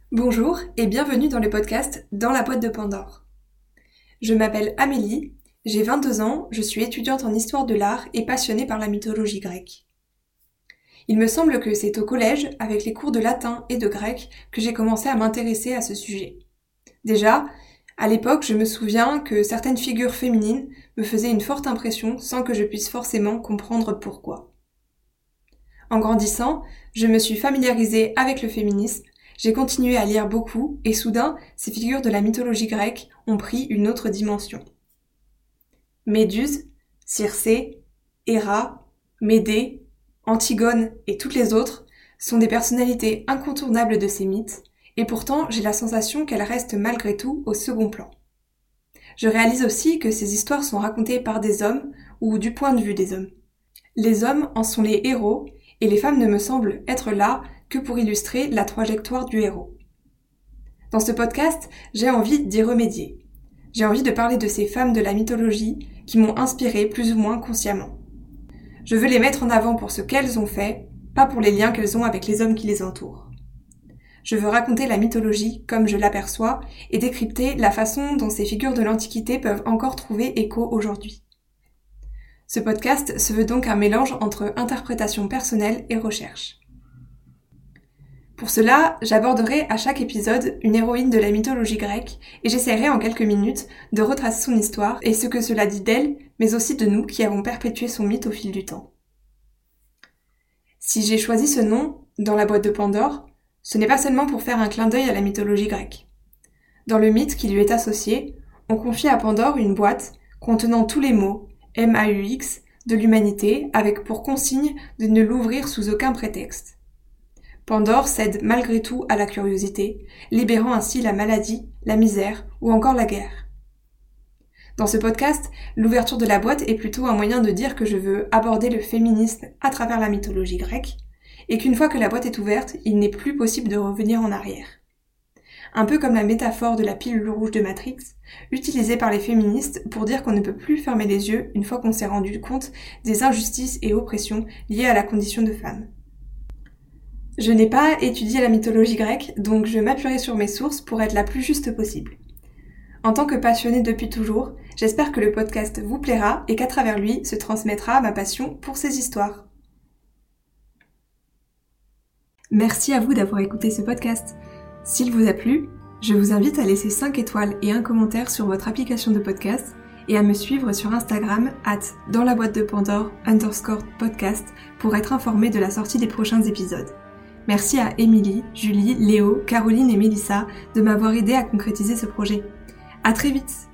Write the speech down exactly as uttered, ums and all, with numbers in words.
Bonjour et bienvenue dans le podcast Dans la boîte de Pandore. Je m'appelle Amélie, j'ai vingt-deux ans, je suis étudiante en histoire de l'art et passionnée par la mythologie grecque. Il me semble que c'est au collège, avec les cours de latin et de grec, que j'ai commencé à m'intéresser à ce sujet. Déjà, à l'époque, je me souviens que certaines figures féminines me faisaient une forte impression sans que je puisse forcément comprendre pourquoi. En grandissant, je me suis familiarisée avec le féminisme. J'ai continué à lire beaucoup et soudain, ces figures de la mythologie grecque ont pris une autre dimension. Méduse, Circé, Héra, Médée, Antigone et toutes les autres sont des personnalités incontournables de ces mythes et pourtant j'ai la sensation qu'elles restent malgré tout au second plan. Je réalise aussi que ces histoires sont racontées par des hommes ou du point de vue des hommes. Les hommes en sont les héros et les femmes ne me semblent être là que pour illustrer la trajectoire du héros. Dans ce podcast, j'ai envie d'y remédier. J'ai envie de parler de ces femmes de la mythologie qui m'ont inspirée plus ou moins consciemment. Je veux les mettre en avant pour ce qu'elles ont fait, pas pour les liens qu'elles ont avec les hommes qui les entourent. Je veux raconter la mythologie comme je l'aperçois et décrypter la façon dont ces figures de l'Antiquité peuvent encore trouver écho aujourd'hui. Ce podcast se veut donc un mélange entre interprétation personnelle et recherche. Pour cela, j'aborderai à chaque épisode une héroïne de la mythologie grecque et j'essaierai en quelques minutes de retracer son histoire et ce que cela dit d'elle, mais aussi de nous qui avons perpétué son mythe au fil du temps. Si j'ai choisi ce nom, Dans la boîte de Pandore, ce n'est pas seulement pour faire un clin d'œil à la mythologie grecque. Dans le mythe qui lui est associé, on confie à Pandore une boîte contenant tous les mots, M A U X, de l'humanité, avec pour consigne de ne l'ouvrir sous aucun prétexte. Pandore cède malgré tout à la curiosité, libérant ainsi la maladie, la misère ou encore la guerre. Dans ce podcast, l'ouverture de la boîte est plutôt un moyen de dire que je veux aborder le féminisme à travers la mythologie grecque, et qu'une fois que la boîte est ouverte, il n'est plus possible de revenir en arrière. Un peu comme la métaphore de la pilule rouge de Matrix, utilisée par les féministes pour dire qu'on ne peut plus fermer les yeux une fois qu'on s'est rendu compte des injustices et oppressions liées à la condition de femme. Je n'ai pas étudié la mythologie grecque, donc je m'appuierai sur mes sources pour être la plus juste possible. En tant que passionnée depuis toujours, j'espère que le podcast vous plaira et qu'à travers lui se transmettra ma passion pour ces histoires. Merci à vous d'avoir écouté ce podcast. S'il vous a plu, je vous invite à laisser cinq étoiles et un commentaire sur votre application de podcast et à me suivre sur Instagram arobase dans la boîte de Pandore underscore podcast pour être informé de la sortie des prochains épisodes. Merci à Émilie, Julie, Léo, Caroline et Mélissa de m'avoir aidé à concrétiser ce projet. À très vite!